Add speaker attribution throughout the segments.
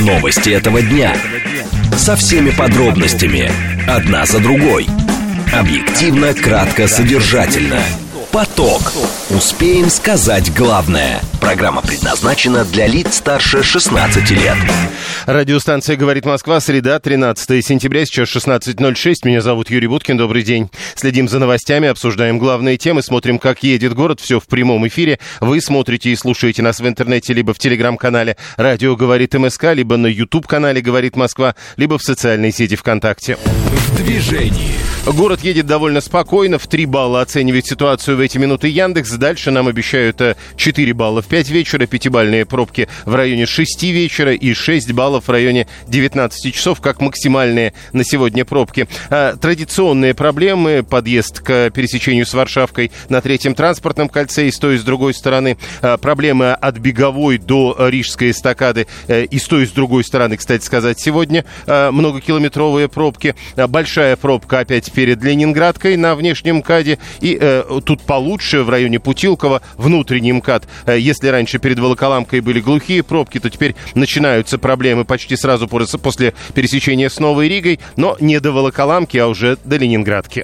Speaker 1: Новости этого дня. Со всеми подробностями. Одна за другой. Объективно, кратко, содержательно. Поток. Успеем сказать главное. Программа предназначена для лиц старше 16 лет.
Speaker 2: Радиостанция «Говорит Москва», среда, 13 сентября, сейчас 16:06. Меня зовут Юрий Буткин, добрый день. Следим за новостями, обсуждаем главные темы, смотрим, как едет город. Все в прямом эфире. Вы смотрите и слушаете нас в интернете, либо в телеграм-канале «Радио говорит МСК», либо на YouTube-канале «Говорит Москва», либо в социальной сети ВКонтакте.
Speaker 1: В движении.
Speaker 2: Город едет довольно спокойно. В 3 балла оценивает ситуацию в эти минуты Яндекс. Дальше нам обещают 4 балла в 5 вечера, 5-бальные пробки в районе 6 вечера и 6 баллов в районе 19 часов, как максимальные на сегодня пробки. Традиционные проблемы: подъезд к пересечению с Варшавкой на 3-м транспортном кольце и с той, и с другой стороны. Проблемы от Беговой до Рижской эстакады и с той, и с другой стороны, кстати сказать, сегодня многокилометровые пробки. Большая пробка опять перед Ленинградкой на внешнем МКАДе. И тут получше в районе Путилково внутренний МКАД. Если раньше перед Волоколамкой были глухие пробки, то теперь начинаются проблемы почти сразу после пересечения с Новой Ригой, но не до Волоколамки, а уже до Ленинградки.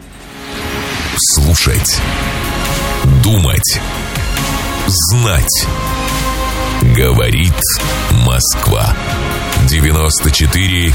Speaker 1: Слушать, думать, знать. Говорит Москва. 94,8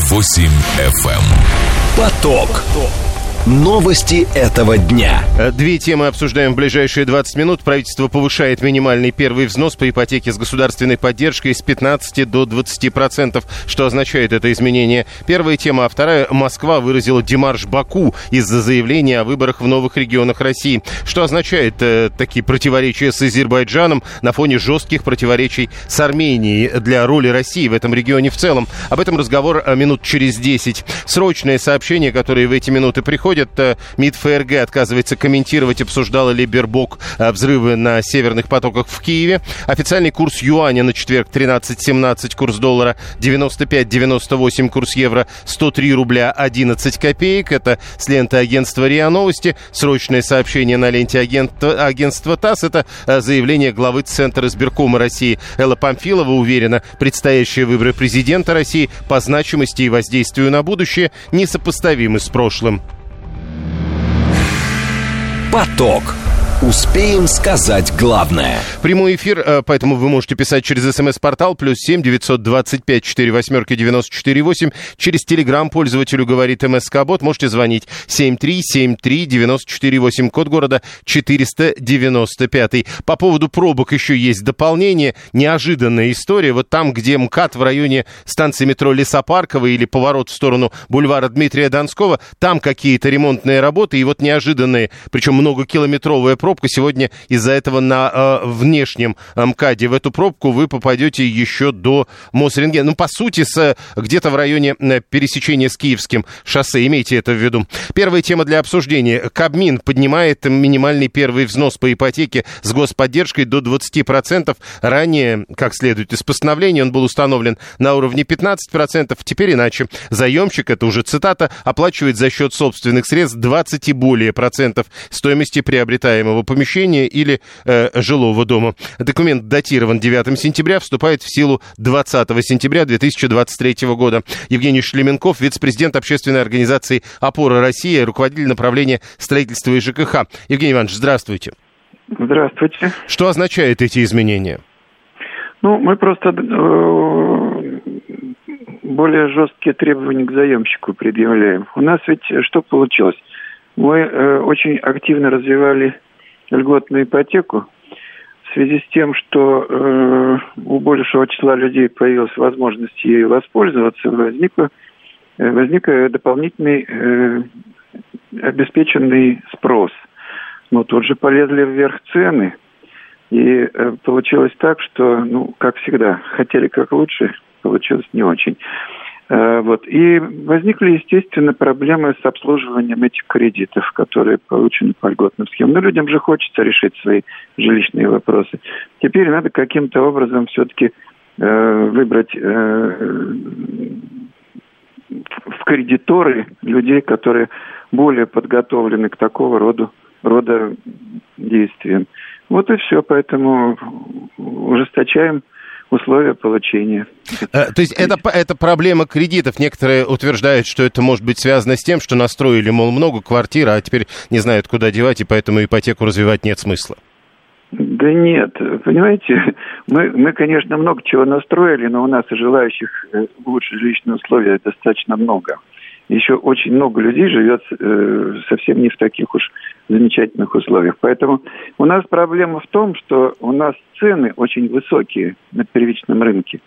Speaker 1: FM. Поток. Новости этого дня.
Speaker 2: 2 темы обсуждаем в ближайшие 20 минут. Правительство повышает минимальный первый взнос по ипотеке с государственной поддержкой с 15 до 20%. Что означает это изменение? Первая тема, а вторая: Москва выразила демарш Баку из-за заявления о выборах в новых регионах России. Что означает такие противоречия с Азербайджаном на фоне жестких противоречий с Арменией для роли России в этом регионе в целом? Об этом разговор минут через 10. Срочные сообщения, которые в эти минуты приходят. МИД ФРГ отказывается комментировать, обсуждала ли Бербок взрывы на северных потоках в Киеве. Официальный курс юаня на четверг 13.17, курс доллара 95.98, курс евро 103 рубля 11 копеек. Это с ленты агентства РИА Новости. Срочное сообщение на ленте агентства ТАСС. Это заявление главы Центра избиркома России Элла Памфилова. Уверена, предстоящие выборы президента России по значимости и воздействию на будущее несопоставимы с прошлым.
Speaker 1: Поток. Успеем сказать главное.
Speaker 2: Прямой эфир, поэтому вы можете писать через СМС-портал +7 925 48 94 8. Через Телеграм пользователю говорит МСК-бот. Можете звонить 7373 94 8, код города 495. По поводу пробок еще есть дополнение. Неожиданная история. Вот там, где МКАД в районе станции метро Лесопарковой или поворот в сторону бульвара Дмитрия Донского, там какие-то ремонтные работы. И вот неожиданные, причем многокилометровая пробка. Сегодня из-за этого на внешнем МКАДе в эту пробку вы попадете еще до Мосрентгена. Ну, по сути, где-то в районе пересечения с Киевским шоссе. Имейте это в виду. Первая тема для обсуждения. Кабмин поднимает минимальный первый взнос по ипотеке с господдержкой до 20%. Ранее, как следует из постановления, он был установлен на уровне 15%. Теперь иначе. Заемщик, это уже цитата, оплачивает за счет собственных средств 20 и более процентов стоимости приобретаемого помещения или жилого дома. Документ датирован 9 сентября, вступает в силу 20 сентября 2023 года. Евгений Шлеменков, вице-президент общественной организации «Опора России», руководитель направления строительства и ЖКХ. Евгений Иванович, здравствуйте.
Speaker 3: Здравствуйте.
Speaker 2: Что означают эти изменения?
Speaker 3: Ну, мы просто более жесткие требования к заемщику предъявляем. У нас ведь что получилось? Мы очень активно развивали льготную ипотеку в связи с тем, что у большего числа людей появилась возможность ею воспользоваться, возник дополнительный обеспеченный спрос. Но тут же полезли вверх цены, и получилось так, что, как всегда, хотели как лучше, получилось не очень. И возникли, естественно, проблемы с обслуживанием этих кредитов, которые получены по льготным схемам. Но людям же хочется решить свои жилищные вопросы. Теперь надо каким-то образом все-таки выбрать в кредиторы людей, которые более подготовлены к такого рода действиям. Вот и все. Поэтому ужесточаем условия получения.
Speaker 2: То есть это проблема кредитов. Некоторые утверждают, что это может быть связано с тем, что настроили, мол, много квартир, а теперь не знают, куда девать, и поэтому ипотеку развивать нет смысла.
Speaker 3: Да нет, понимаете, мы, конечно, много чего настроили, но у нас и желающих улучшить жилищные условия достаточно много. Еще очень много людей живет совсем не в таких уж замечательных условиях. Поэтому у нас проблема в том, что у нас цены очень высокие на первичном рынке.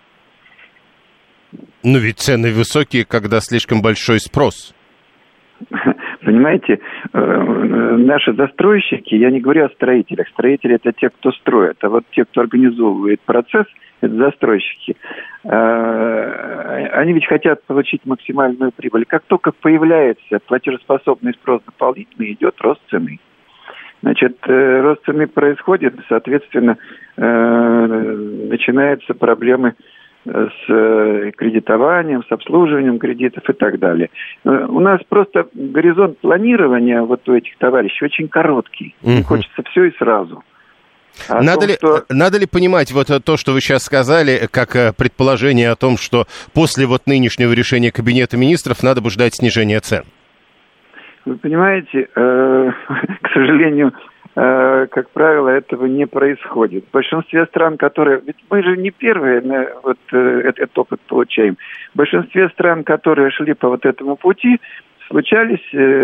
Speaker 2: Ну ведь цены высокие, когда слишком большой спрос.
Speaker 3: Понимаете, наши застройщики, я не говорю о строителях. Строители – это те, кто строит. А вот те, кто организовывает процесс, это застройщики. Они ведь хотят получить максимальную прибыль. Как только появляется платежеспособный спрос дополнительный, идет рост цены. Значит, рост цены происходит, соответственно, начинаются проблемы с кредитованием, с обслуживанием кредитов и так далее. У нас просто горизонт планирования вот у этих товарищей очень короткий. Им хочется все и сразу.
Speaker 2: Надо ли понимать вот то, что вы сейчас сказали, как предположение о том, что после вот нынешнего решения Кабинета министров надо бы ждать снижения цен?
Speaker 3: Вы понимаете, к сожалению, как правило, этого не происходит. В большинстве стран, которые... Ведь мы же не первые вот этот опыт получаем. В большинстве стран, которые шли по вот этому пути, случались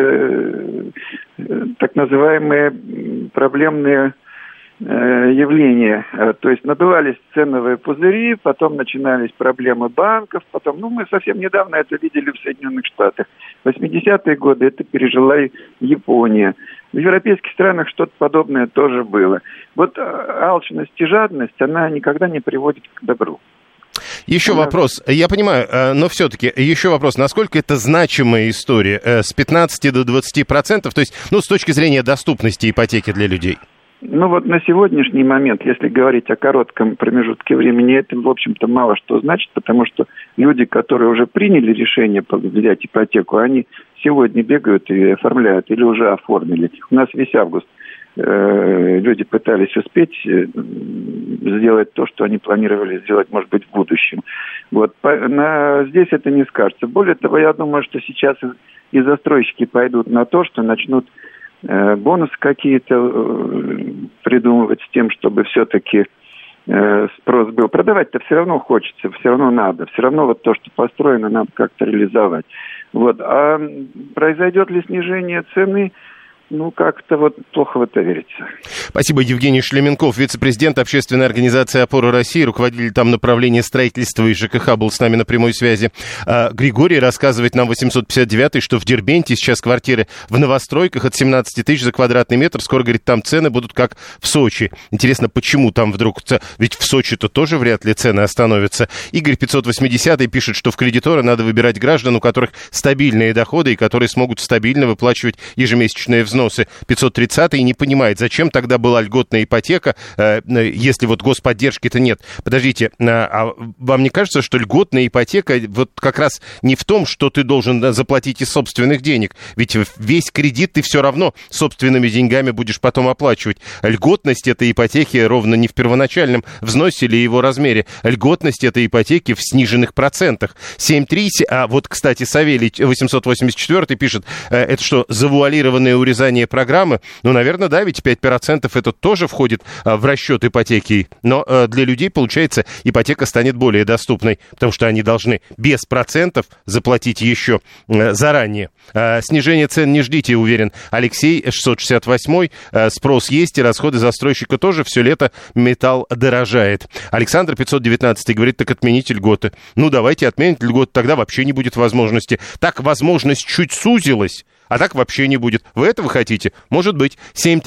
Speaker 3: так называемые проблемные явления. То есть надувались ценовые пузыри, потом начинались проблемы банков, потом, мы совсем недавно это видели в Соединенных Штатах. В 80-е годы это пережила и Япония. В европейских странах что-то подобное тоже было. Вот алчность и жадность, она никогда не приводит к добру.
Speaker 2: Еще вопрос, я понимаю, но все-таки еще вопрос, насколько это значимая история, с 15 до 20%, то есть, с точки зрения доступности ипотеки для людей?
Speaker 3: Вот на сегодняшний момент, если говорить о коротком промежутке времени, это, в общем-то, мало что значит, потому что люди, которые уже приняли решение взять ипотеку, они сегодня бегают и оформляют или уже оформили. У нас весь август люди пытались успеть сделать то, что они планировали сделать, может быть, в будущем. Здесь это не скажется. Более того, я думаю, что сейчас и застройщики пойдут на то, что начнут бонусы какие-то придумывать с тем, чтобы все-таки спрос был. Продавать-то все равно хочется, все равно надо. Все равно вот то, что построено, надо как-то реализовать. А произойдет ли снижение цены? Как-то плохо в это верится.
Speaker 2: Спасибо. Евгений Шлеменков, вице-президент общественной организации «Опора России», руководитель там направления строительства и ЖКХ, был с нами на прямой связи. Григорий рассказывает нам 859-й, что в Дербенте сейчас квартиры в новостройках от 17 тысяч за квадратный метр. Скоро, говорит, там цены будут как в Сочи. Интересно, почему там вдруг... Ведь в Сочи-то тоже вряд ли цены остановятся. Игорь 580-й пишет, что в кредиторы надо выбирать граждан, у которых стабильные доходы и которые смогут стабильно выплачивать ежемесячные взносы. 530-й не понимает, зачем тогда была льготная ипотека, если господдержки-то нет. Подождите, а вам не кажется, что льготная ипотека как раз не в том, что ты должен заплатить из собственных денег? Ведь весь кредит ты все равно собственными деньгами будешь потом оплачивать. Льготность этой ипотеки ровно не в первоначальном взносе или его размере. Льготность этой ипотеки в сниженных процентах. 7,3, кстати, Савелий 884 пишет, это что, завуалированное урезание программы? Наверное, да, ведь 5% это тоже входит в расчет ипотеки. Но для людей, получается, ипотека станет более доступной, потому что они должны без процентов заплатить еще заранее. Снижение цен не ждите, уверен Алексей 668. Спрос есть, и расходы застройщика тоже. Все лето металл дорожает. Александр 519 говорит, так отмените льготы. Давайте отменить льготы, тогда вообще не будет возможности. Так возможность чуть сузилась, а так вообще не будет. Вы этого хотите? Может быть.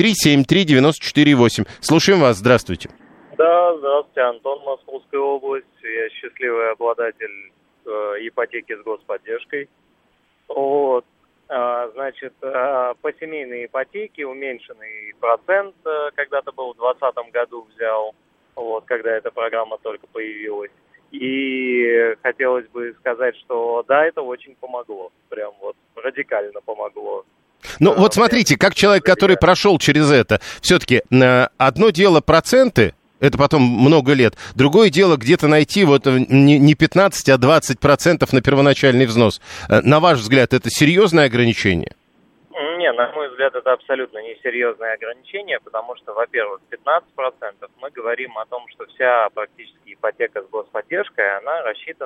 Speaker 2: 7373948. Слушаем вас. Здравствуйте.
Speaker 4: Да, здравствуйте. Антон, Московская область. Я счастливый обладатель ипотеки с господдержкой. По семейной ипотеке уменьшенный процент когда-то был, в 2020 году взял, когда эта программа только появилась. И хотелось бы сказать, что да, это очень помогло. Прям радикально помогло.
Speaker 2: Смотрите, как человек, который прошел через это, все-таки одно дело проценты, Это потом много лет. Другое дело, где-то найти вот не 15, а 20% на первоначальный взнос. На ваш взгляд, это серьезное ограничение?
Speaker 4: Нет, на мой взгляд, это абсолютно несерьезное ограничение, потому что, во-первых, 15% мы говорим о том, что вся практически ипотека с господдержкой, она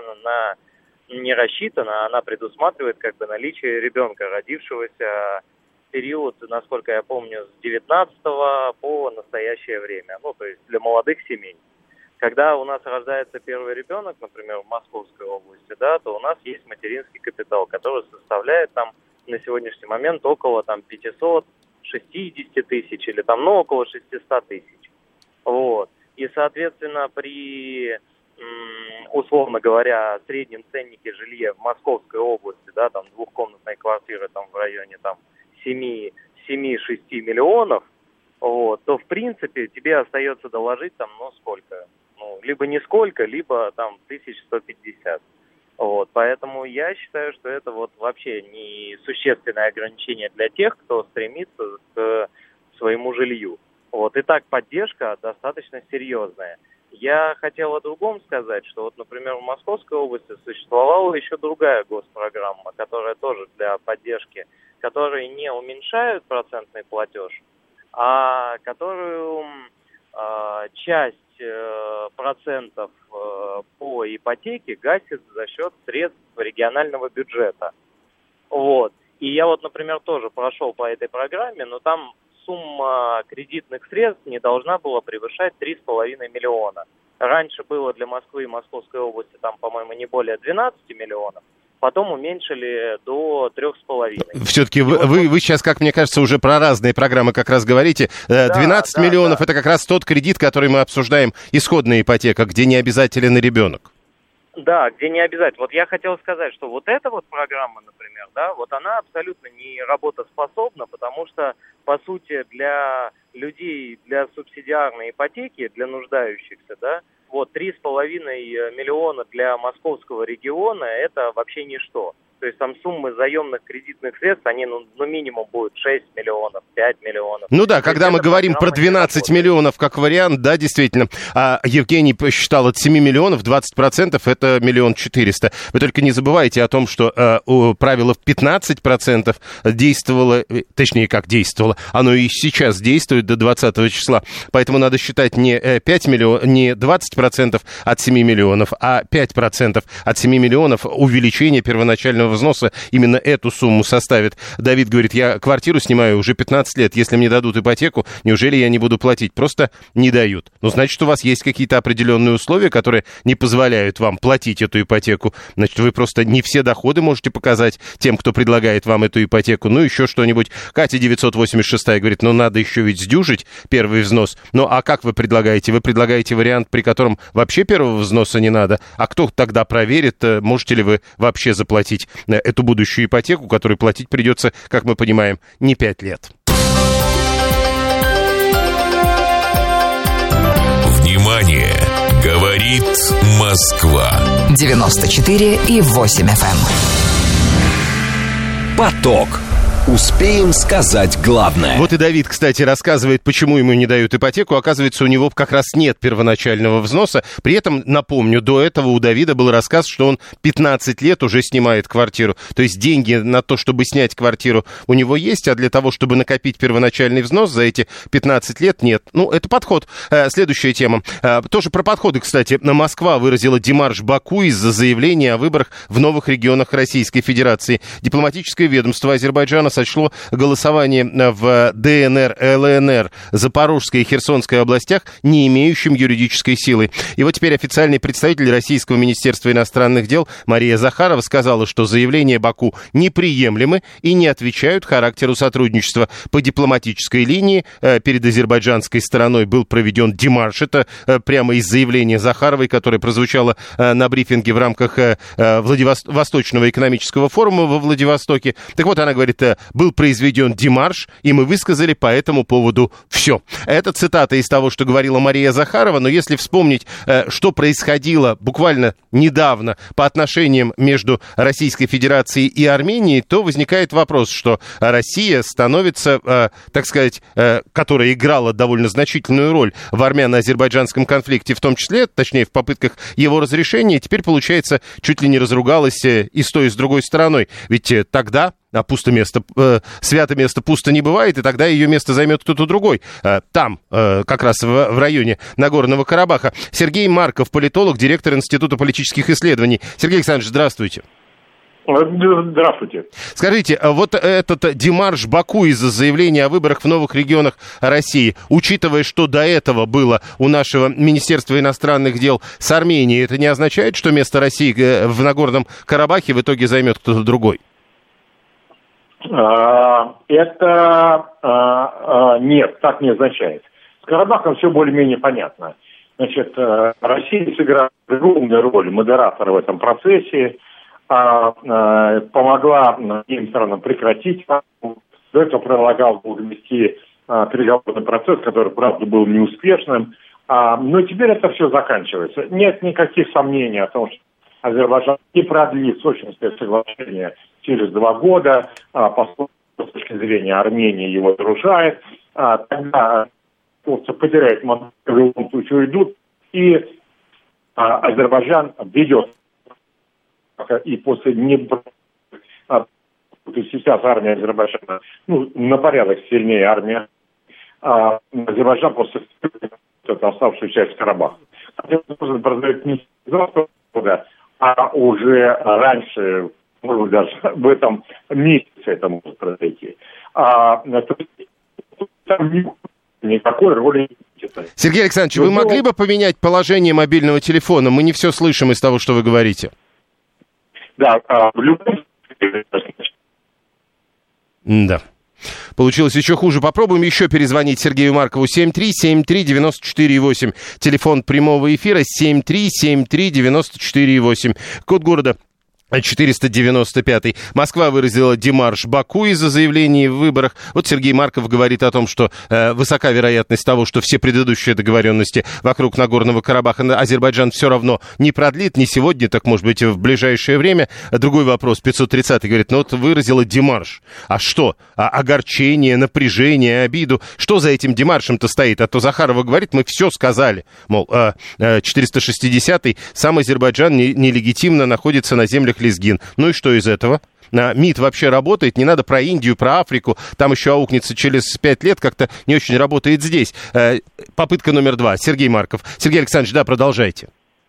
Speaker 4: не рассчитана, она предусматривает как бы наличие ребенка, родившегося в период, насколько я помню, с 19 по настоящее время, ну, то есть для молодых семей. Когда у нас рождается первый ребенок, например, в Московской области, да, то у нас есть материнский капитал, который составляет там на сегодняшний момент около там 560 тысяч или там, ну, около 600 тысяч. Вот. И, соответственно, при, условно говоря, среднем ценнике жилья в Московской области, да, там двухкомнатной квартиры там в районе там 7-6 миллионов, вот, то, в принципе, тебе остается доложить там, ну, сколько? Ну, либо нисколько, либо там 1150. Вот, поэтому я считаю, что это вот вообще не существенное ограничение для тех, кто стремится к своему жилью. Вот, и так поддержка достаточно серьезная. Я хотел о другом сказать, что вот, например, в Московской области существовала еще другая госпрограмма, которая тоже для поддержки, которые не уменьшают процентный платеж, а которую часть процентов по ипотеке гасит за счет средств регионального бюджета. Вот. И я вот, например, тоже прошел по этой программе, но там сумма кредитных средств не должна была превышать 3,5 миллиона. Раньше было для Москвы и Московской области там, по-моему, не более 12 миллионов. Потом уменьшили до 3,5.
Speaker 2: Все-таки вы сейчас, как мне кажется, уже про разные программы как раз говорите. 12 миллионов это как раз тот кредит, который мы обсуждаем, исходная ипотека, где не обязателен ребенок.
Speaker 4: Да, где не обязательно. Вот я хотел сказать, что вот эта вот программа, например, да, вот она абсолютно не работоспособна, потому что, по сути, для людей, для субсидиарной ипотеки, для нуждающихся, да, вот 3,5 миллиона для московского региона – это вообще ничто. То есть там суммы заемных кредитных средств, они ну минимум будут 6 миллионов, 5 миллионов.
Speaker 2: Ну да, когда мы говорим про 12 миллионов как вариант, да, действительно. А Евгений посчитал от 7 миллионов 20% это 1 400 000. Вы только не забывайте о том, что правило 15% действовало, точнее как действовало, оно и сейчас действует до 20 числа. Поэтому надо считать не 5 миллионов, не 20% от 7 миллионов, а 5% от 7 миллионов увеличение первоначального взноса именно эту сумму составит. Давид говорит, я квартиру снимаю уже 15 лет, если мне дадут ипотеку, неужели я не буду платить? Просто не дают. Ну, значит, у вас есть какие-то определенные условия, которые не позволяют вам платить эту ипотеку. Значит, вы просто не все доходы можете показать тем, кто предлагает вам эту ипотеку. Ну, еще что-нибудь. Катя 986 говорит, ну, надо еще ведь сдюжить первый взнос. Ну, а как вы предлагаете? Вы предлагаете вариант, при котором вообще первого взноса не надо? А кто тогда проверит, можете ли вы вообще заплатить эту будущую ипотеку, которую платить придется, как мы понимаем, не 5 лет.
Speaker 1: Внимание! Говорит Москва.
Speaker 5: 94,8 FM.
Speaker 1: Поток. Успеем сказать главное.
Speaker 2: Вот и Давид, кстати, рассказывает, почему ему не дают ипотеку. Оказывается, у него как раз нет первоначального взноса. При этом, напомню, до этого у Давида был рассказ, что он 15 лет уже снимает квартиру. То есть деньги на то, чтобы снять квартиру, у него есть, а для того, чтобы накопить первоначальный взнос за эти 15 лет, нет. Ну, это подход. Следующая тема. Тоже про подходы, кстати. Москва выразила демарш Баку из-за заявления о выборах в новых регионах Российской Федерации. Дипломатическое ведомство Азербайджана сочло голосование в ДНР, ЛНР, Запорожской и Херсонской областях не имеющим юридической силы. И вот теперь официальный представитель Российского Министерства иностранных дел Мария Захарова сказала, что заявления Баку неприемлемы и не отвечают характеру сотрудничества. По дипломатической линии перед азербайджанской стороной был проведен демарш. Это прямо из заявления Захаровой, которое прозвучало на брифинге в рамках Восточного экономического форума во Владивостоке. Так вот, она говорит, был произведен демарш, и мы высказали по этому поводу все. Это цитата из того, что говорила Мария Захарова, но если вспомнить, что происходило буквально недавно по отношениям между Российской Федерацией и Арменией, то возникает вопрос, что Россия становится, так сказать, которая играла довольно значительную роль в армяно-азербайджанском конфликте, в том числе, точнее, в попытках его разрешения, теперь, получается, чуть ли не разругалась и с той, и с другой стороной. Ведь тогда святое место пусто не бывает, и тогда ее место займет кто-то другой. Там, как раз в районе Нагорного Карабаха. Сергей Марков, политолог, директор Института политических исследований. Сергей Александрович, здравствуйте.
Speaker 5: Здравствуйте.
Speaker 2: Скажите, вот этот демарш Баку из-за заявления о выборах в новых регионах России, учитывая, что до этого было у нашего Министерства иностранных дел с Арменией, это не означает, что место России в Нагорном Карабахе в итоге займет кто-то другой?
Speaker 5: Нет, так не означает. С Карабахом все более-менее понятно. Значит, Россия сыграла огромную роль модератора в этом процессе, помогла другим странам прекратить. До этого предлагал вести переговорный процесс, который, правда, был неуспешным. Но теперь это все заканчивается. Нет никаких сомнений о том, что Азербайджан не продлит Сочинское соглашение через 2 года, поскольку с точки зрения Армении его нарушает. Тогда потеряет мандат, в любом случае уйдут, и Азербайджан ведет. И после сейчас армия Азербайджана на порядок сильнее армия Азербайджан после оставшую часть Карабаха. Нужно произойти не 2 года, а уже раньше, может быть, даже в этом месяце это может произойти. Никакой роли нет.
Speaker 2: Сергей Александрович, вы могли бы поменять положение мобильного телефона? Мы не все слышим из того, что вы говорите.
Speaker 5: Да, в любом случае.
Speaker 2: Да. Получилось еще хуже. Попробуем еще перезвонить Сергею Маркову. 7373948. Телефон прямого эфира 7373948. Код города 495. Москва выразила демарш Баку из-за заявлений в выборах. Вот Сергей Марков говорит о том, что высока вероятность того, что все предыдущие договоренности вокруг Нагорного Карабаха Азербайджан все равно не продлит, не сегодня, так может быть в ближайшее время. Другой вопрос, 530 говорит, выразила демарш. А что? Огорчение, напряжение, обиду. Что за этим демаршем-то стоит? А то Захарова говорит, мы все сказали. Мол, 460-й сам Азербайджан нелегитимно находится на землях Лезгин. Ну и что из этого? МИД вообще работает, не надо про Индию, про Африку, там еще аукнется через 5 лет, как-то не очень работает здесь. Попытка номер 2. Сергей Марков. Сергей Александрович, да, продолжайте.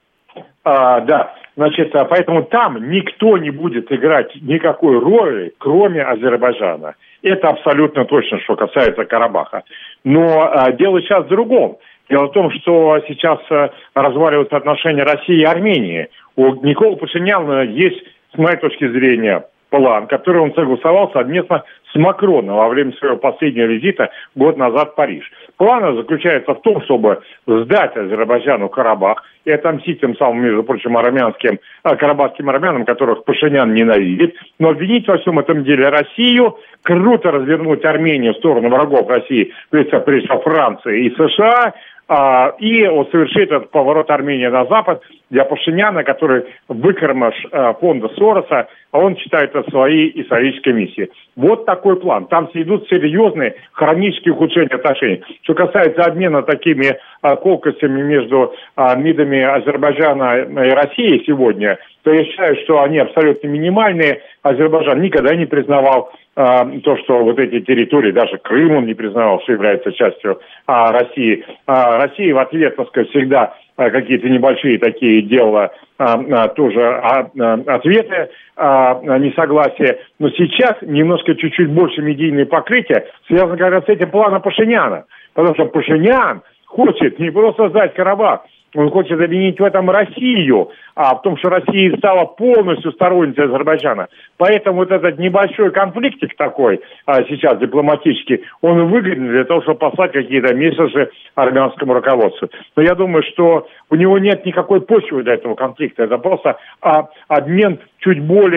Speaker 5: Да, значит, поэтому там никто не будет играть никакой роли, кроме Азербайджана. Это абсолютно точно, что касается Карабаха. Но дело сейчас в другом. Дело в том, что сейчас разваливаются отношения России и Армении. У Никола Пашиняна есть, с моей точки зрения, план, который он согласовал совместно с Макроном во время своего последнего визита год назад в Париж. План заключается в том, чтобы сдать Азербайджану Карабах и отомстить тем самым, между прочим, карабахским армянам, которых Пашинян ненавидит, но обвинить во всем этом деле Россию, круто развернуть Армению в сторону врагов России, прежде всего Франции и США, и совершит этот поворот Армении на Запад для Пашиняна, который выкормыш фонда Сороса, а он считает это своей исторической миссией. Вот такой план. Там идут серьезные хронические ухудшения отношений. Что касается обмена такими колкостями между МИДами Азербайджана и России сегодня, то я считаю, что они абсолютно минимальные. Азербайджан никогда не признавал то, что вот эти территории, даже Крым он не признавал, что является частью России. Россия в ответ, так сказать, всегда какие-то небольшие такие делала тоже ответы, несогласия. Но сейчас немножко чуть-чуть больше медийное покрытие связано как раз с этим планом Пашиняна. Потому что Пашинян хочет не просто сдать Карабах, он хочет обвинить в этом Россию, в том, что Россия стала полностью сторонницей Азербайджана. Поэтому вот этот небольшой конфликтик такой сейчас дипломатический, он выгоден для того, чтобы послать какие-то месседжи армянскому руководству. Но я думаю, что у него нет никакой почвы для этого конфликта. Это просто обмен чуть более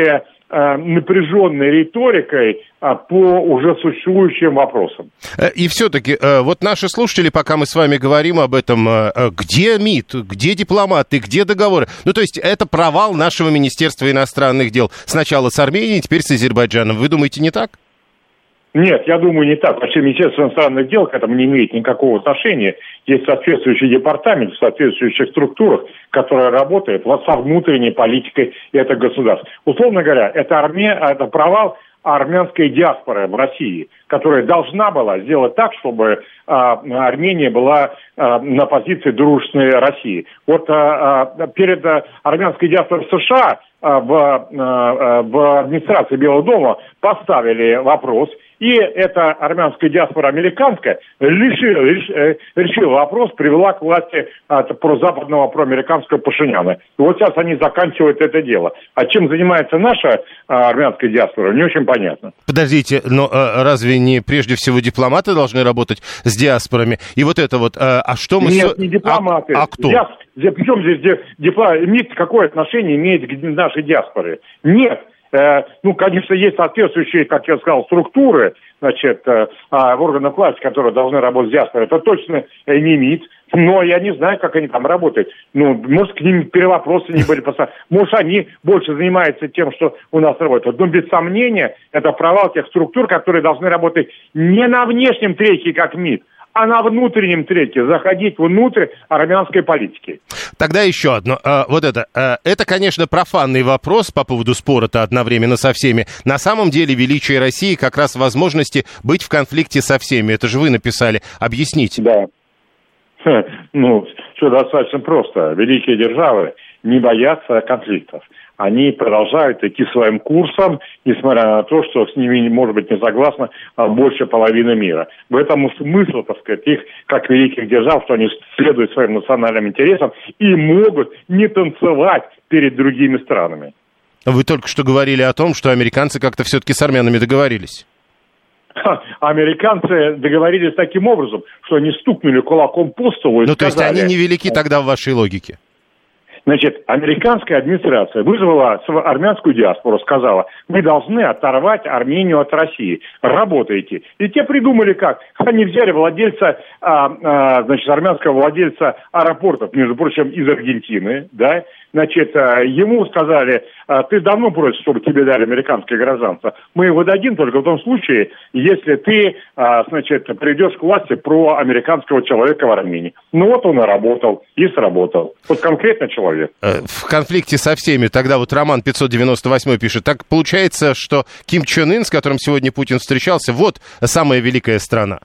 Speaker 5: напряженной риторикой по уже существующим вопросам.
Speaker 2: И все-таки, вот наши слушатели, пока мы с вами говорим об этом, где МИД, где дипломаты, где договоры? Ну, то есть это провал нашего Министерства иностранных дел. Сначала с Арменией, теперь с Азербайджаном. Вы думаете, не так?
Speaker 5: Нет, я думаю, не так. Вообще Министерство иностранных дел к этому не имеет никакого отношения. Есть соответствующий департамент в соответствующих структурах, которые работают со внутренней политикой этого государства. Условно говоря, это провал армянской диаспоры в России, которая должна была сделать так, чтобы Армения была на позиции дружественной России. Вот перед армянской диаспорой в США в администрации Белого дома поставили вопрос, и эта армянская диаспора американская решила вопрос, привела к власти прозападного, проамериканского Пашиняна. И вот сейчас они заканчивают это дело. А чем занимается наша армянская диаспора, не очень понятно. Подождите, но разве не прежде всего дипломаты должны работать с диаспорами? И вот это вот, что мы... Нет, не дипломаты. А кто? Причем здесь МИД какое отношение имеет к нашей диаспоре? Нет. Конечно, есть соответствующие, как я сказал, структуры, в органах власти, которые должны работать с диаспорой. Это точно не МИД, но я не знаю, как они там работают. Может, к ним перевопросы не были поставлены. Может, они больше занимаются тем, что у нас работают. Но, без сомнения, это провал тех структур, которые должны работать не на внешнем треке, как МИД, а на внутреннем треке, заходить внутрь армянской политики. Тогда еще одно. Это, конечно, профанный вопрос по поводу спора-то одновременно со всеми. На самом деле величие России как раз в возможности быть в конфликте со всеми. Это же вы написали. Объясните. Да. Все достаточно просто. Великие державы не боятся конфликтов. Они продолжают идти своим курсом, несмотря на то, что с ними, может быть, не согласна больше половины мира. В этом смысл, так сказать, их, как великих держав, что они следуют своим национальным интересам и могут не танцевать перед другими странами. Вы только что говорили о том, что американцы как-то все-таки с армянами договорились. Американцы договорились таким образом, что они стукнули кулаком по столу и сказали... То есть они невелики тогда в вашей логике? Американская администрация вызвала армянскую диаспору, сказала, вы должны оторвать Армению от России, работайте. И те придумали как? Они взяли владельца, армянского владельца аэропортов, между прочим, из Аргентины, да, ему сказали, ты давно просишь, чтобы тебе дали американское гражданство. Мы его дадим только в том случае, если ты, придешь к власти про американского человека в Армении. Вот он и работал, и сработал. Вот конкретно человек. В конфликте со всеми. Тогда вот Роман 598 пишет, так получается, что Ким Чен Ын, с которым сегодня Путин встречался, вот самая великая страна.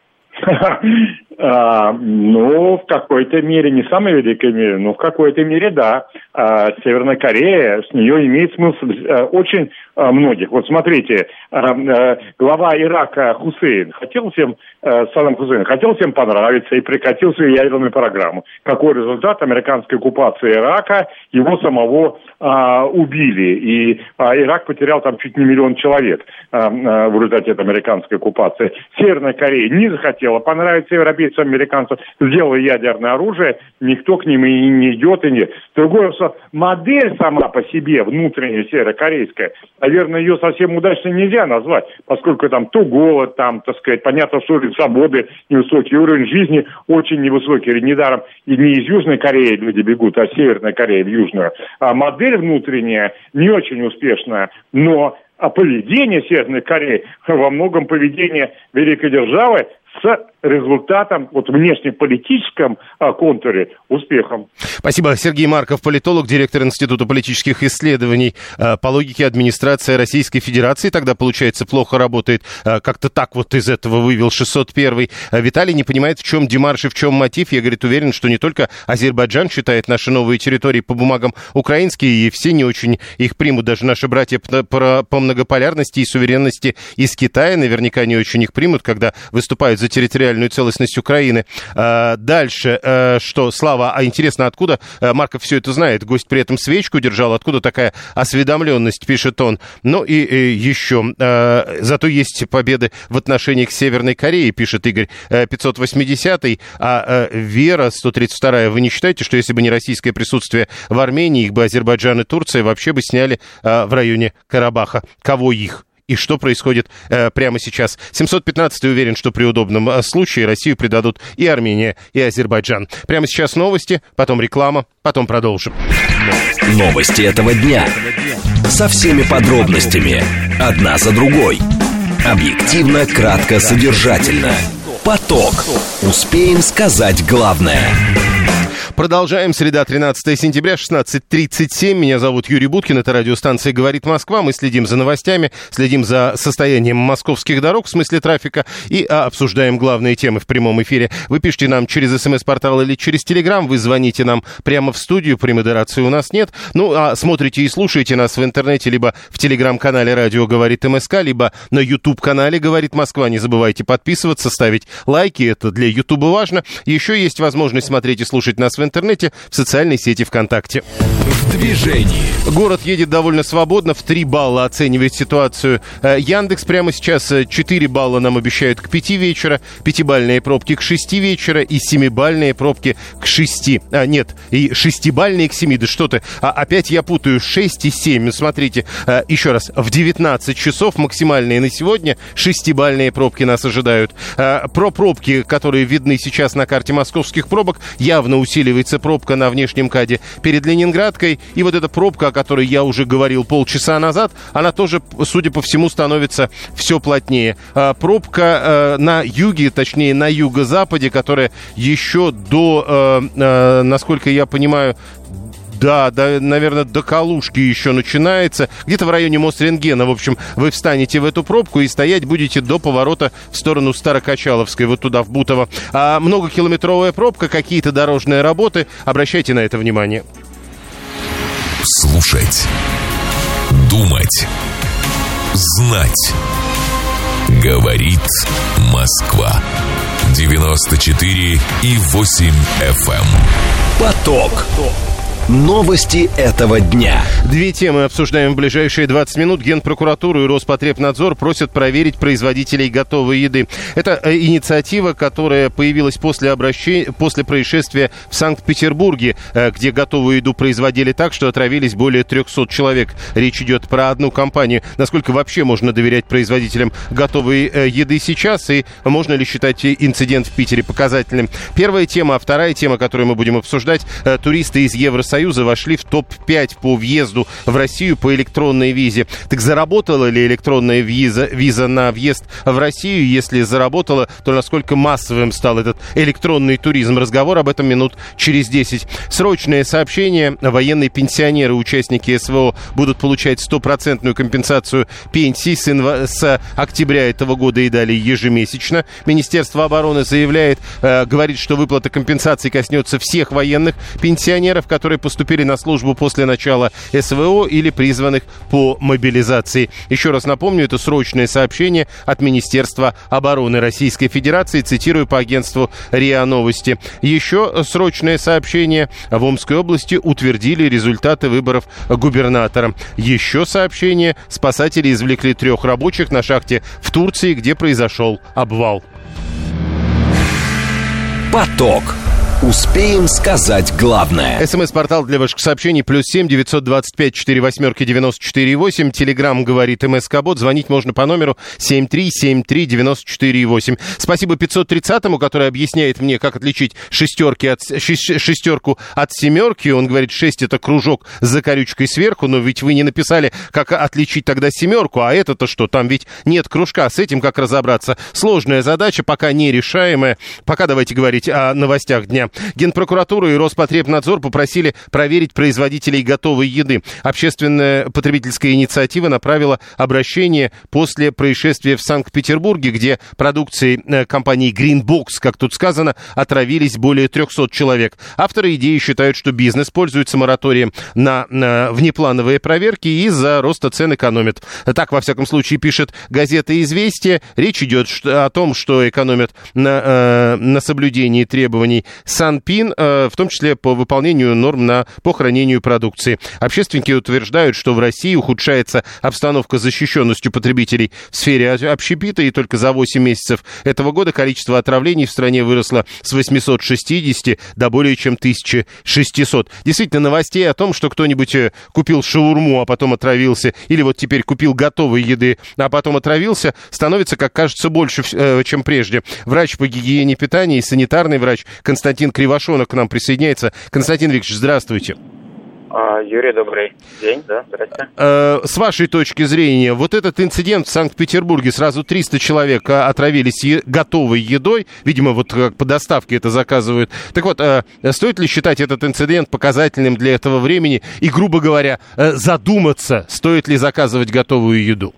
Speaker 5: В какой-то мере, не самой великой мере, но в какой-то мере, да. Северная Корея, с нее имеет смысл очень многих. Вот смотрите, глава Ирака Саддам Хусейн хотел всем понравиться и прекратил свою ядерную программу. Какой результат американской оккупации Ирака? Его самого убили. И Ирак потерял там чуть не 1 миллион человек в результате этой американской оккупации. Северная Корея не захотела понравиться европейцам, американцам, сделала ядерное оружие, никто к ним и не идет, и нет. Другое, что модель сама по себе, внутренняя северокорейская, наверное, ее совсем удачно нельзя назвать, поскольку там то голод, там, понятно, что уровень свободы невысокий, уровень жизни очень невысокий. Недаром и не из Южной Кореи люди бегут, а Северная Корея в Южную. А модель внутренняя не очень успешная, но поведение Северной Кореи во многом поведение великой державы с результатом внешнеполитическом контуре успехом. Спасибо. Сергей Марков, политолог, директор Института политических исследований. По логике администрация Российской Федерации тогда, получается, плохо работает. Как-то так из этого вывел 601-й. Виталий не понимает, в чем демарш и в чем мотив. Я, уверен, что не только Азербайджан считает наши новые территории по бумагам украинские, и все не очень их примут. Даже наши братья по многополярности и суверенности из Китая наверняка не очень их примут, когда выступают
Speaker 2: за территориальную целостность Украины. Дальше, что, Слава, интересно, откуда Марков все это знает? Гость при этом свечку держал, откуда такая осведомленность, пишет он. Ну и еще, зато есть победы в отношении к Северной Корее, пишет Игорь 580-й, а Вера 132-я, вы не считаете, что если бы не российское присутствие в Армении, их бы Азербайджан и Турция вообще бы сняли в районе Карабаха? Кого их? И что происходит прямо сейчас? 715-й уверен, что при удобном случае Россию предадут и Армения, и Азербайджан. Прямо сейчас новости, потом реклама, потом продолжим.
Speaker 1: Новости этого дня. Со всеми подробностями. Одна за другой. Объективно, кратко, содержательно. Поток. Успеем сказать главное.
Speaker 2: Продолжаем. Среда, 13 сентября, 16:37. Меня зовут Юрий Буткин. Это радиостанция «Говорит Москва». Мы следим за новостями, следим за состоянием московских дорог, в смысле трафика, и обсуждаем главные темы в прямом эфире. Вы пишите нам через СМС-портал или через Телеграм. Вы звоните нам прямо в студию. Премодерации у нас нет. Ну, а смотрите и слушаете нас в интернете либо в Телеграм-канале «Радио говорит МСК», либо на YouTube-канале «Говорит Москва». Не забывайте подписываться, ставить лайки. Это для Ютуба важно. Еще есть возможность смотреть и слушать нас в интернете, в социальной сети ВКонтакте.
Speaker 1: В движении.
Speaker 2: Город едет довольно свободно, в 3 балла оценивает ситуацию Яндекс. Прямо сейчас 4 балла нам обещают к 5 вечера, 5-бальные пробки к 6 вечера и 7-бальные пробки к 6. Нет, и 6-бальные к 7. Да что ты, опять я путаю 6 и 7. Смотрите, еще раз, в 19 часов максимальные на сегодня 6-бальные пробки нас ожидают. Про пробки, которые видны сейчас на карте московских пробок, явно усиливается пробка на внешнем КАДе перед Ленинградкой. И вот эта пробка, о которой я уже говорил полчаса назад, она тоже, судя по всему, становится все плотнее. Пробка на юге, точнее на юго-западе, которая еще до, насколько я понимаю, да, наверное, до Калужки еще начинается. Где-то в районе Мосрентгена, в общем, вы встанете в эту пробку и стоять будете до поворота в сторону Старокачаловской, вот туда, в Бутово. А многокилометровая пробка, какие-то дорожные работы. Обращайте на это внимание.
Speaker 1: Слушать. Думать. Знать. Говорит Москва. 94,8 FM. Поток. Новости этого дня.
Speaker 2: 2 темы обсуждаем в ближайшие 20 минут. Генпрокуратура и Роспотребнадзор просят проверить производителей готовой еды. Это инициатива, которая появилась после происшествия в Санкт-Петербурге, где готовую еду производили так, что отравились более 300 человек. Речь идет про одну компанию. Насколько вообще можно доверять производителям готовой еды сейчас, и можно ли считать инцидент в Питере показательным? Первая тема. А вторая тема, которую мы будем обсуждать, туристы из Евросоюза вошли в топ-5 по въезду в Россию по электронной визе. Так заработала ли электронная виза на въезд в Россию? Если заработала, то насколько массовым стал этот электронный туризм? Разговор об этом минут через 10. Срочное сообщение. Военные пенсионеры, участники СВО, будут получать 100% компенсацию пенсий с октября этого года и далее ежемесячно. Министерство обороны заявляет, говорит, что выплата компенсации коснется всех военных пенсионеров, которые поступили на службу после начала СВО или призванных по мобилизации. Еще раз напомню, это срочное сообщение от Министерства обороны Российской Федерации, цитирую по агентству РИА Новости. Еще срочное сообщение. В Омской области утвердили результаты выборов губернатора. Еще сообщение. Спасатели извлекли 3 рабочих на шахте в Турции, где произошел обвал.
Speaker 1: Поток. Успеем сказать главное.
Speaker 2: СМС-портал для ваших сообщений +7 925 48 94 8. Телеграм говорит МСК-бот. Звонить можно по номеру 7373948. 94 Спасибо 530-му, который объясняет мне, как отличить шестерку от семерки. Он говорит, 6 это кружок с закорючкой сверху, но ведь вы не написали, как отличить тогда семерку, а это-то что? Там ведь нет кружка. С этим как разобраться? Сложная задача, пока нерешаемая. Пока давайте говорить о новостях дня. ноября. Генпрокуратура и Роспотребнадзор попросили проверить производителей готовой еды. Общественная потребительская инициатива направила обращение после происшествия в Санкт-Петербурге, где продукцией компании Greenbox, как тут сказано, отравились более 300 человек. Авторы идеи считают, что бизнес пользуется мораторием на внеплановые проверки и из-за роста цен экономит. Так, во всяком случае, пишет газета «Известия». Речь идет о том, что экономят на соблюдении требований Санпин, в том числе по выполнению норм по хранению продукции. Общественники утверждают, что в России ухудшается обстановка с защищенностью потребителей в сфере общепита, и только за 8 месяцев этого года количество отравлений в стране выросло с 860 до более чем 1600. Действительно, новостей о том, что кто-нибудь купил шаурму, а потом отравился, или вот теперь купил готовой еды, а потом отравился, становится, как кажется, больше, чем прежде. Врач по гигиене питания и санитарный врач Константин Кривошонок к нам присоединяется. Константин Викторович, здравствуйте.
Speaker 6: Юрий, добрый день, да, здрасте.
Speaker 2: С вашей точки зрения, вот этот инцидент в Санкт-Петербурге, сразу 300 человек отравились готовой едой, видимо, вот как по доставке это заказывают. Так вот, стоит ли считать этот инцидент показательным для этого времени и, грубо говоря, задуматься, стоит ли заказывать готовую еду?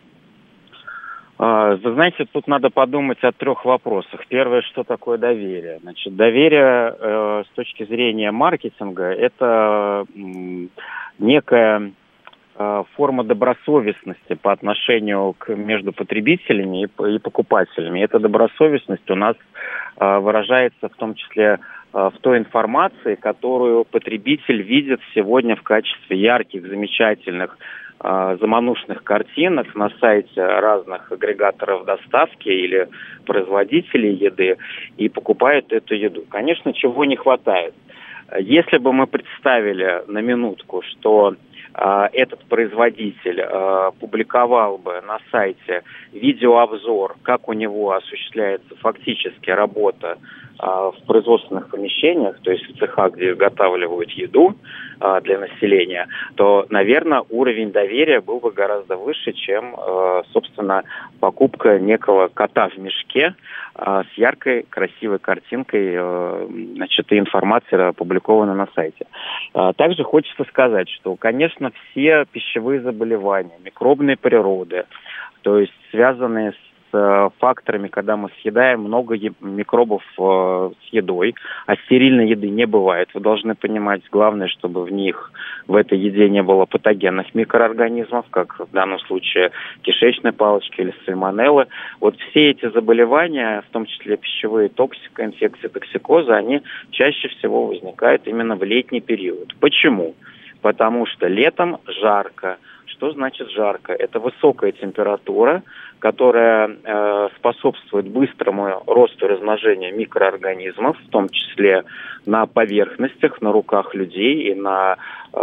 Speaker 6: Вы знаете, тут надо подумать о 3 вопросах. Первое, что такое доверие? Значит, доверие с точки зрения маркетинга – это некая форма добросовестности по отношению между потребителями и покупателями. Эта добросовестность у нас выражается в том числе в той информации, которую потребитель видит сегодня в качестве ярких, замечательных, заманушных картинок на сайте разных агрегаторов доставки или производителей еды и покупает эту еду. Конечно, чего не хватает. Если бы мы представили на минутку, что этот производитель публиковал бы на сайте видеообзор, как у него осуществляется фактически работа в производственных помещениях, то есть в цехах, где изготавливают еду для населения, то, наверное, уровень доверия был бы гораздо выше, чем, собственно, покупка некого кота в мешке с яркой, красивой картинкой, значит, и информацией, опубликованной на сайте. Также хочется сказать, что, конечно, все пищевые заболевания, микробной природы, то есть связанные с факторами, когда мы съедаем много микробов с едой, а стерильной еды не бывает. Вы должны понимать, главное, чтобы в этой еде не было патогенных микроорганизмов, как в данном случае кишечной палочки или сальмонеллы. Вот все эти заболевания, в том числе пищевые токсики, инфекции, токсикозы, они чаще всего возникают именно в летний период. Почему? Потому что летом жарко. Что значит жарко? Это высокая температура, которая способствует быстрому росту и размножению микроорганизмов, в том числе на поверхностях, на руках людей и на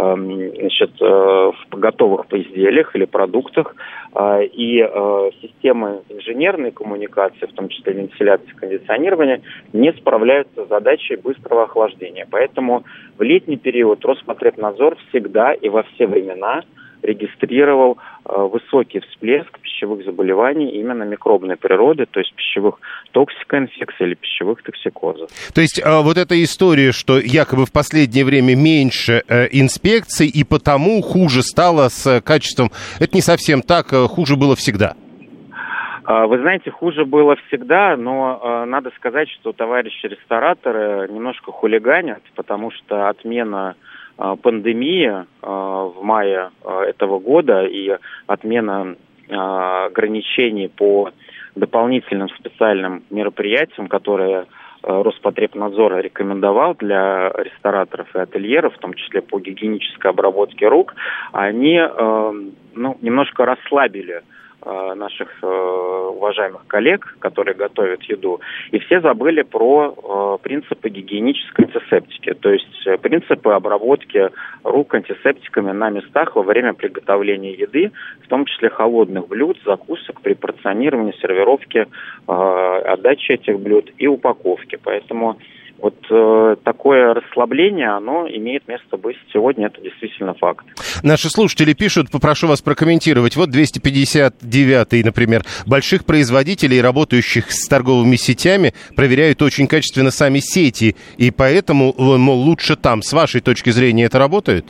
Speaker 6: в готовых изделиях или продуктах. И системы инженерной коммуникации, в том числе вентиляции, кондиционирования, не справляются с задачей быстрого охлаждения. Поэтому в летний период Роспотребнадзор всегда и во все времена регистрировал высокий всплеск пищевых заболеваний именно микробной природы, то есть пищевых токсикоинфекций или пищевых токсикозов.
Speaker 2: То есть вот эта история, что якобы в последнее время меньше инспекций и потому хуже стало с качеством, это не совсем так, хуже было всегда.
Speaker 6: Вы знаете, хуже было всегда, но надо сказать, что товарищи рестораторы немножко хулиганят, потому что отмена пандемии в мае этого года и отмена ограничений по дополнительным специальным мероприятиям, которые Роспотребнадзор рекомендовал для рестораторов и ательеров, в том числе по гигиенической обработке рук, они немножко расслабили наших уважаемых коллег, которые готовят еду, и все забыли про принципы гигиенической антисептики, то есть принципы обработки рук антисептиками на местах во время приготовления еды, в том числе холодных блюд, закусок, при порционировании, сервировке, отдаче этих блюд и упаковке. Поэтому Вот такое расслабление, оно имеет место быть сегодня, это действительно факт.
Speaker 2: Наши слушатели пишут, попрошу вас прокомментировать. Вот 259-й, например, больших производителей, работающих с торговыми сетями, проверяют очень качественно сами сети, и поэтому, мол, лучше там. С вашей точки зрения это работает?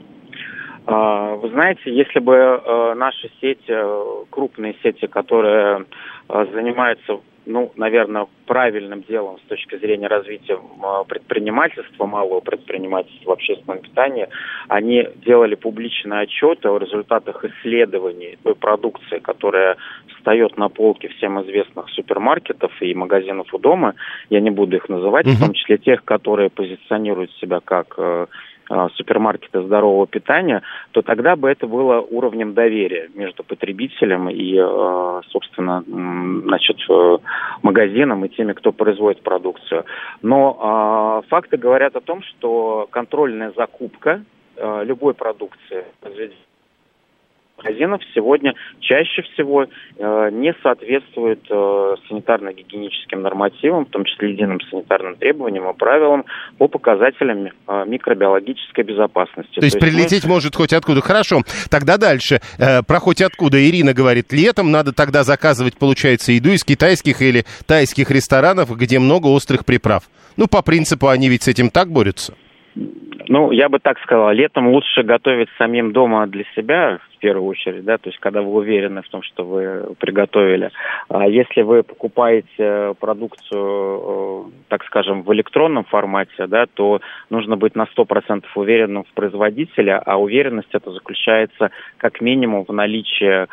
Speaker 6: Вы знаете, если бы наши сети, крупные сети, которые занимаются, наверное, правильным делом с точки зрения развития предпринимательства, малого предпринимательства в общественном питании, они делали публичные отчеты о результатах исследований той продукции, которая встает на полке всем известных супермаркетов и магазинов у дома. Я не буду их называть, в том числе тех, которые позиционируют себя как супермаркеты здорового питания, то тогда бы это было уровнем доверия между потребителем и, собственно, магазином и теми, кто производит продукцию. Но факты говорят о том, что контрольная закупка любой продукции магазинов сегодня чаще всего не соответствует санитарно-гигиеническим нормативам, в том числе единым санитарным требованиям и правилам по показателям микробиологической безопасности.
Speaker 2: То есть прилететь может хоть откуда. Хорошо, тогда дальше. Про хоть откуда Ирина говорит, летом надо тогда заказывать, получается, еду из китайских или тайских ресторанов, где много острых приправ. По принципу, они ведь с этим так борются.
Speaker 6: Я бы так сказал, летом лучше готовить самим дома для себя, в первую очередь, да, то есть когда вы уверены в том, что вы приготовили. А если вы покупаете продукцию, так скажем, в электронном формате, да, то нужно быть на 100% уверенным в производителе, а уверенность это заключается как минимум в наличии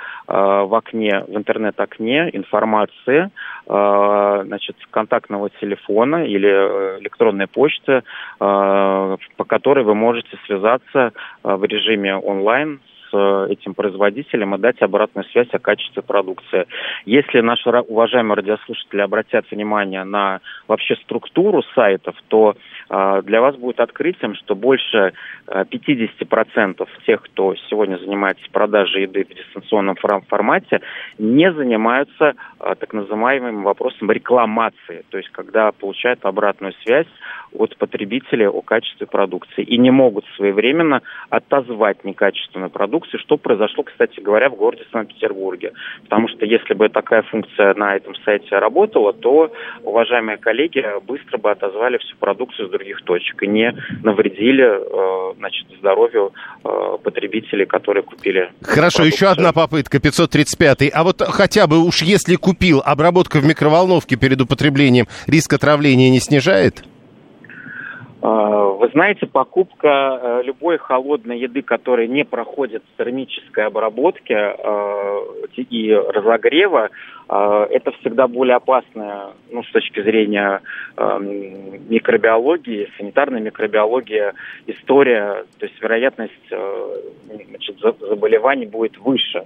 Speaker 6: в интернет-окне информации, контактного телефона или электронной почты, по которой вы можете связаться в режиме онлайн с этим производителем и дать обратную связь о качестве продукции. Если наши уважаемые радиослушатели обратят внимание на вообще структуру сайтов, то для вас будет открытием, что больше 50% тех, кто сегодня занимается продажей еды в дистанционном формате, не занимаются так называемым вопросом рекламации, то есть когда получают обратную связь от потребителей о качестве продукции и не могут своевременно отозвать некачественную продукцию, что произошло, кстати говоря, в городе Санкт-Петербурге. Потому что если бы такая функция на этом сайте работала, то уважаемые коллеги быстро бы отозвали всю продукцию с других точек и не навредили здоровью потребителей, которые купили.
Speaker 2: Хорошо,
Speaker 6: продукцию.
Speaker 2: Еще одна попытка, 535-й. А вот хотя бы уж если купил, обработка в микроволновке перед употреблением риск отравления не снижает?
Speaker 6: Вы знаете, покупка любой холодной еды, которая не проходит термической обработки и разогрева, это всегда более опасная, с точки зрения микробиологии, санитарной микробиологии история, то есть вероятность заболеваний будет выше.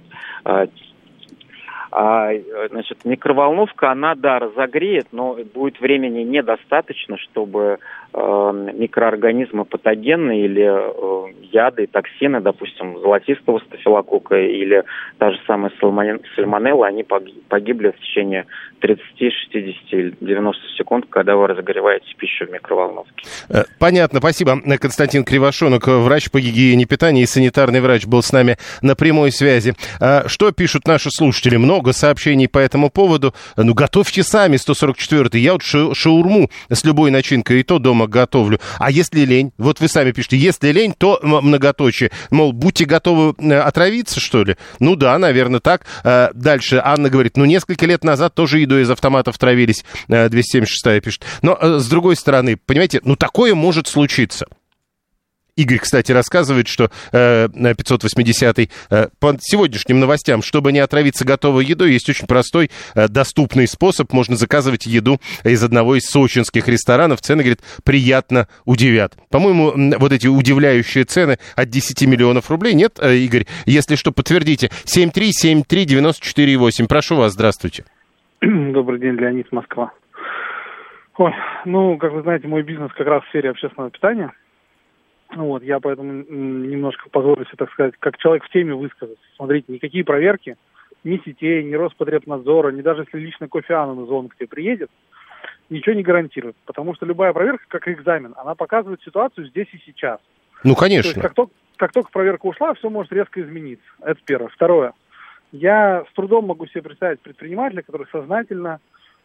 Speaker 6: Микроволновка, она, разогреет, но будет времени недостаточно, чтобы микроорганизмы патогенные или яды, токсины, допустим, золотистого стафилококка или та же самая сальмонелла, они погибли в течение 30, 60 или 90 секунд, когда вы разогреваете пищу в микроволновке.
Speaker 2: Понятно, спасибо. Константин Кривошонок, врач по гигиене питания и санитарный врач, был с нами на прямой связи. Что пишут наши слушатели? Много сообщений по этому поводу. Готовьте сами, 144-й. Я вот шаурму с любой начинкой и то дома готовлю. А если лень? Вот вы сами пишете, если лень, то многоточие. Мол, будьте готовы отравиться, что ли? Да, наверное, так. Дальше Анна говорит, несколько лет назад тоже едой из автоматов травились. 276-я пишет. Но, с другой стороны, понимаете, такое может случиться. Игорь, кстати, рассказывает, что 580-й по сегодняшним новостям, чтобы не отравиться готовой едой, есть очень простой, доступный способ. Можно заказывать еду из одного из сочинских ресторанов. Цены, говорит, приятно удивят. По-моему, вот эти удивляющие цены от 10 миллионов рублей. Нет, Игорь? Если что, подтвердите. 7373948. Прошу вас, здравствуйте.
Speaker 7: Добрый день, Леонид, Москва. Ой, как вы знаете, мой бизнес как раз в сфере общественного питания. Я поэтому немножко позволю себе, так сказать, как человек в теме высказаться. Смотрите, никакие проверки, ни сетей, ни Роспотребнадзора, ни даже если лично Кофе Аннан из ООН к тебе приедет, ничего не гарантирует. Потому что любая проверка, как экзамен, она показывает ситуацию здесь и сейчас.
Speaker 2: Ну, конечно.
Speaker 7: То есть, как только проверка ушла, все может резко измениться. Это первое. Второе. Я с трудом могу себе представить предпринимателя, который сознательно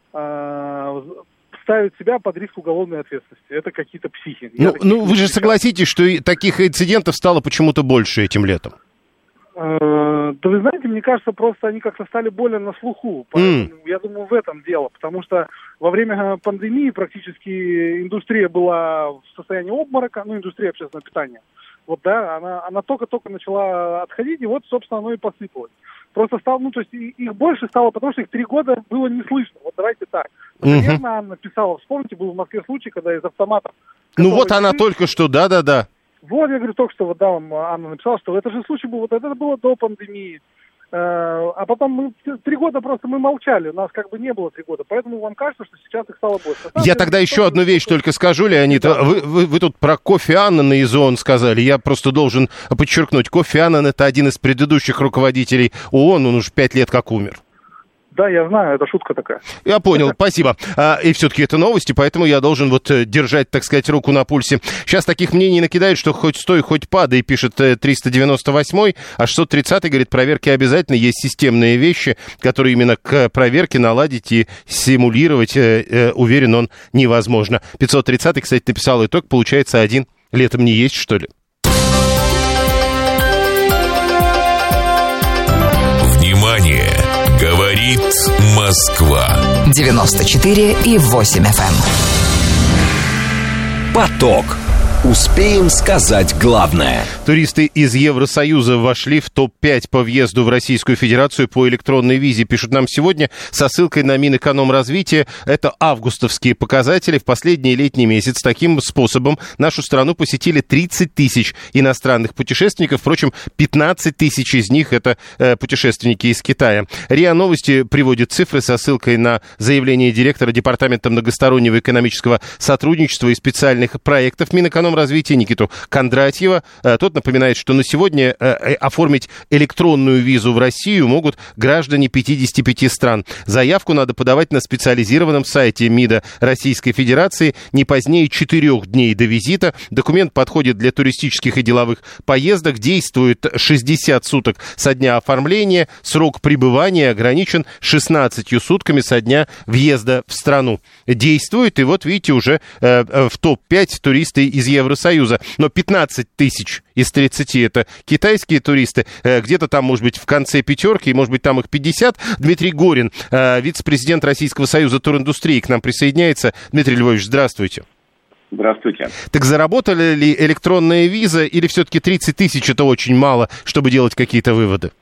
Speaker 7: ставит себя под риск уголовной ответственности. Это какие-то психи.
Speaker 2: Ну, вы же согласитесь, что таких инцидентов стало почему-то больше этим летом?
Speaker 7: Да вы знаете, мне кажется, просто они как-то стали более на слуху. Поэтому, я думаю, в этом дело. Потому что во время пандемии практически индустрия была в состоянии обморока, индустрия общественного питания. Вот, да, она только-только начала отходить, и вот, собственно, оно и посыпалось. Просто то есть их больше стало, потому что их 3 года было не слышно. Вот давайте так. Примерно Анна писала, вспомните, был в Москве случай, когда из автоматов...
Speaker 2: Ну вот она только что, да.
Speaker 7: Вот, я говорю, только что вам Анна написала, что это же случай был, это было до пандемии. А потом мы 3 года просто мы молчали, у нас как бы не было 3 года, поэтому вам кажется, что сейчас их стало больше.
Speaker 2: Я тогда еще одну вещь только скажу, Леонид. Да. Вы тут про Кофи Аннан из ООН сказали, я просто должен подчеркнуть, Кофи Аннан это один из предыдущих руководителей ООН, он уже 5 лет как умер.
Speaker 7: Да, я знаю, это шутка такая.
Speaker 2: Я понял, спасибо. И все-таки это новости, поэтому я должен держать, так сказать, руку на пульсе. Сейчас таких мнений накидают, что хоть стой, хоть падай, пишет 398-й, а 630-й говорит, проверки обязательно, есть системные вещи, которые именно к проверке наладить и симулировать, уверен он, невозможно. 530-й, кстати, написал итог, получается 1. Летом не есть, что ли?
Speaker 1: Внимание! Говорит Москва.
Speaker 8: 94,8 FM.
Speaker 1: Поток. Успеем сказать главное.
Speaker 2: Туристы из Евросоюза вошли в топ-5 по въезду в Российскую Федерацию по электронной визе. Пишут нам сегодня со ссылкой на Минэкономразвитие. Это августовские показатели. В последний летний месяц таким способом нашу страну посетили 30 тысяч иностранных путешественников. Впрочем, 15 тысяч из них это путешественники из Китая. РИА Новости приводит цифры со ссылкой на заявление директора Департамента многостороннего экономического сотрудничества и специальных проектов Минэкономразвития Никиту Кондратьева. Тот напоминает, что на сегодня оформить электронную визу в Россию могут граждане 55 стран. Заявку надо подавать на специализированном сайте МИДа Российской Федерации не позднее 4 дней до визита. Документ подходит для туристических и деловых поездок. Действует 60 суток со дня оформления. Срок пребывания ограничен 16 сутками со дня въезда в страну. Действует, и вот видите, уже в топ-5 туристы из Евросоюза. Но 15 тысяч из 30 это китайские туристы. Где-то там, может быть, в конце пятерки, и, может быть, там их 50. Дмитрий Горин, вице-президент Российского союза туриндустрии, к нам присоединяется. Дмитрий Львович, здравствуйте.
Speaker 9: Здравствуйте.
Speaker 2: Так заработали ли электронная виза, или все-таки 30 тысяч это очень мало, чтобы делать какие-то выводы?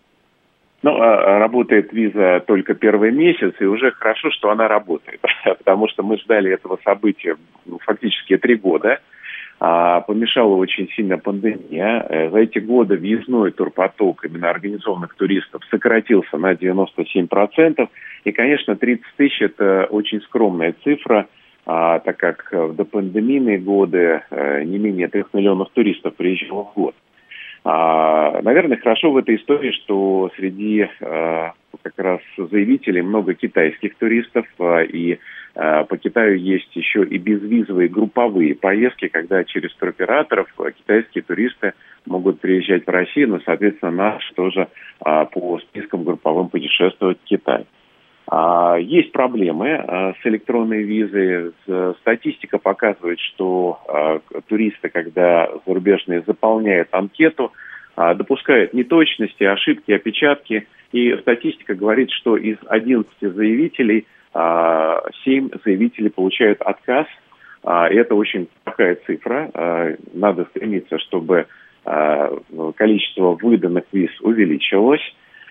Speaker 9: Работает виза только первый месяц, и уже хорошо, что она работает, потому что мы ждали этого события фактически 3 года. Помешала очень сильно пандемия. За эти годы въездной турпоток именно организованных туристов сократился на 97%. И, конечно, 30 тысяч – это очень скромная цифра, так как в допандемийные годы не менее 3 миллионов туристов приезжало в год. Наверное, хорошо в этой истории, что среди как раз заявителей много китайских туристов, и по Китаю есть еще и безвизовые групповые поездки, когда через туроператоров китайские туристы могут приезжать в Россию, но, соответственно, наши тоже по спискам групповым путешествовать в Китай. Есть проблемы с электронной визой. Статистика показывает, что туристы, когда зарубежные заполняют анкету, допускают неточности, ошибки, опечатки. И статистика говорит, что из 11 заявителей 7 заявителей получают отказ. И это очень плохая цифра. Надо стремиться, чтобы количество выданных виз увеличилось.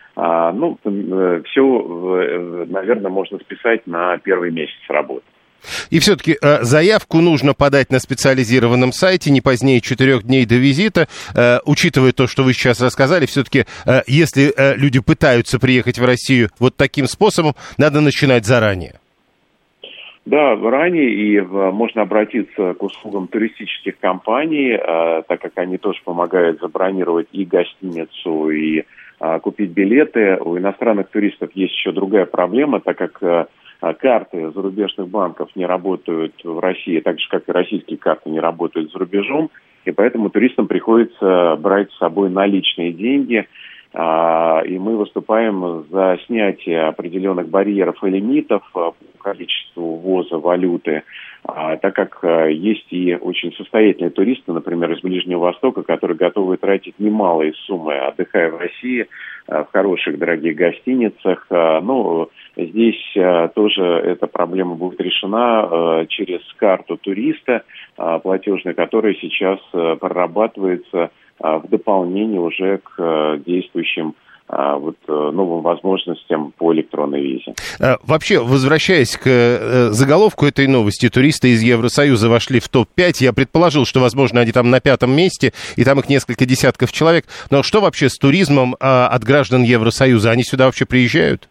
Speaker 9: Все, наверное, можно списать на первый месяц работы.
Speaker 2: И все-таки заявку нужно подать на специализированном сайте не позднее 4 дней до визита. Учитывая то, что вы сейчас рассказали, все-таки, если люди пытаются приехать в Россию вот таким способом, надо начинать заранее.
Speaker 9: Да, ранее, и можно обратиться к услугам туристических компаний, так как они тоже помогают забронировать и гостиницу, и купить билеты. У иностранных туристов есть еще другая проблема, так как карты зарубежных банков не работают в России, так же, как и российские карты не работают за рубежом, и поэтому туристам приходится брать с собой наличные деньги, и мы выступаем за снятие определенных барьеров и лимитов по количеству ввоза валюты, так как есть и очень состоятельные туристы, например, из Ближнего Востока, которые готовы тратить немалые суммы, отдыхая в России, в хороших, дорогих гостиницах. Но здесь тоже эта проблема будет решена через карту туриста, платежная, которая сейчас прорабатывается в дополнение уже к действующим новым возможностям по электронной визе.
Speaker 2: Вообще, возвращаясь к заголовку этой новости, туристы из Евросоюза вошли в топ-5. Я предположил, что, возможно, они там на 5-м месте, и там их несколько десятков человек. Но что вообще с туризмом от граждан Евросоюза? Они сюда вообще приезжают?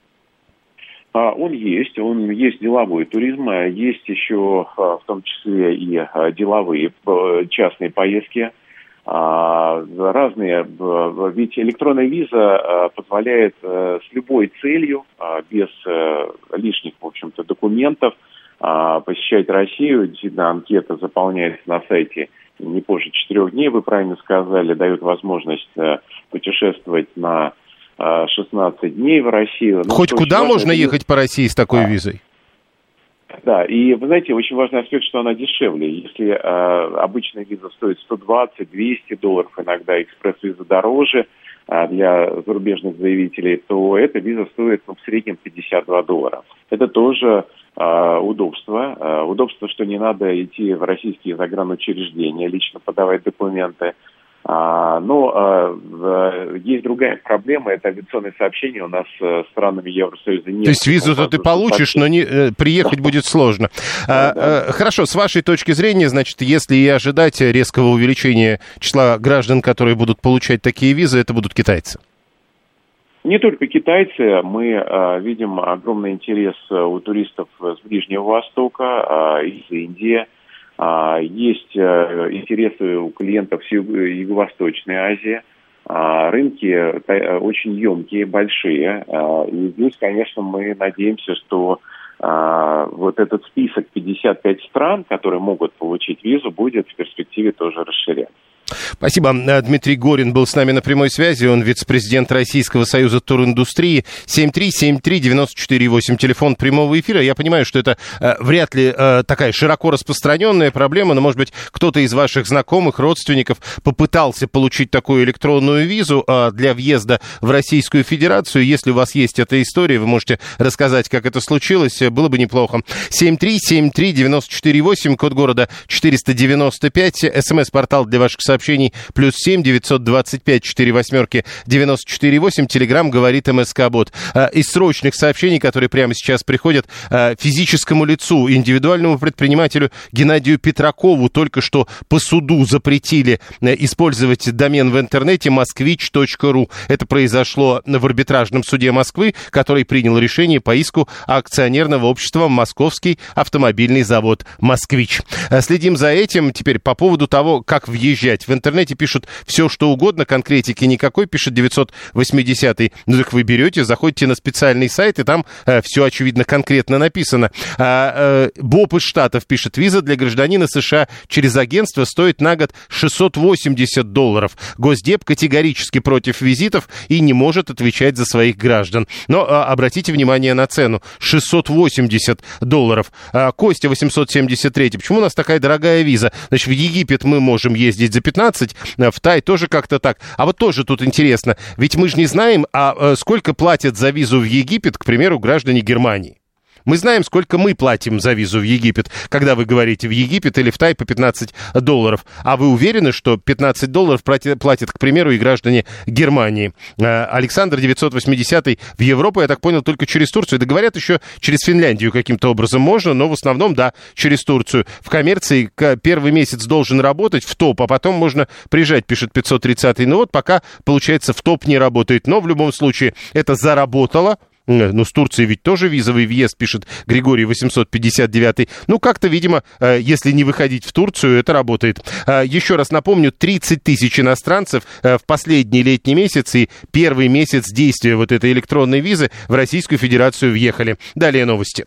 Speaker 9: Он есть деловой туризм, есть еще в том числе и деловые частные поездки. Разные, ведь электронная виза позволяет с любой целью, без лишних, в общем-то, документов, посещать Россию. Действительно, анкета заполняется на сайте не позже 4 дней, вы правильно сказали, дает возможность путешествовать на 16 дней в Россию.
Speaker 2: Хоть куда можно ехать по России с такой визой?
Speaker 9: Да, и вы знаете, очень важный аспект, что она дешевле. Если обычная виза стоит $120-200, иногда экспресс-виза дороже для зарубежных заявителей, то эта виза стоит в среднем $52. Это тоже удобство. Удобство, что не надо идти в российские загранучреждения, лично подавать документы. Но есть другая проблема, это авиационные сообщения у нас с странами Евросоюза нет.
Speaker 2: То есть визу-то ты получишь, но приехать будет сложно. Хорошо, с вашей точки зрения, значит, если и ожидать резкого увеличения числа граждан, которые будут получать такие визы, это будут китайцы?
Speaker 9: Не только китайцы, мы видим огромный интерес у туристов с Ближнего Востока, из Индии. Есть интересы у клиентов с Юго-Восточной Азии. Рынки очень емкие, большие. И здесь, конечно, мы надеемся, что вот этот список 55 стран, которые могут получить визу, будет в перспективе тоже расширяться.
Speaker 2: Спасибо. Дмитрий Горин был с нами на прямой связи. Он вице-президент Российского союза туриндустрии. 7373948, телефон прямого эфира. Я понимаю, что это вряд ли такая широко распространенная проблема, но, может быть, кто-то из ваших знакомых, родственников попытался получить такую электронную визу для въезда в Российскую Федерацию. Если у вас есть эта история, вы можете рассказать, как это случилось. Было бы неплохо. 7373948, код города 495, СМС-портал для ваших сообщений +7 925 48 948. Телеграм говорит МСК-бот. Из срочных сообщений, которые прямо сейчас приходят, физическому лицу, индивидуальному предпринимателю Геннадию Петракову только что по суду запретили использовать домен в интернете moskvich.ru. Это произошло в арбитражном суде Москвы, который принял решение по иску акционерного общества «Московский автомобильный завод «Москвич». Следим за этим. Теперь по поводу того, как въезжать. В интернете пишут все, что угодно, конкретики никакой, пишет 980-й. Ну так вы берете, заходите на специальный сайт, и там все, очевидно, конкретно написано. Боб из Штатов пишет: виза для гражданина США через агентство стоит на год $680. Госдеп категорически против визитов и не может отвечать за своих граждан. Но обратите внимание на цену. $680. Костя 873. Почему у нас такая дорогая виза? Значит, в Египет мы можем ездить за 15, в Тай тоже как-то так. А вот тоже тут интересно, ведь мы же не знаем, сколько платят за визу в Египет, к примеру, граждане Германии. Мы знаем, сколько мы платим за визу в Египет, когда вы говорите в Египет или в Тай по $15. А вы уверены, что $15 платят, к примеру, и граждане Германии? Александр 980 в Европу, я так понял, только через Турцию. Да говорят, еще через Финляндию каким-то образом можно, но в основном, да, через Турцию. В коммерции первый месяц должен работать в топ, а потом можно приезжать, пишет 530. Ну вот пока, получается, в топ не работает. Но в любом случае это заработало. Ну, с Турцией ведь тоже визовый въезд, пишет Григорий 859. Ну, как-то, видимо, если не выходить в Турцию, это работает. Еще раз напомню, 30 тысяч иностранцев в последний летний месяц и первый месяц действия вот этой электронной визы в Российскую Федерацию въехали. Далее новости.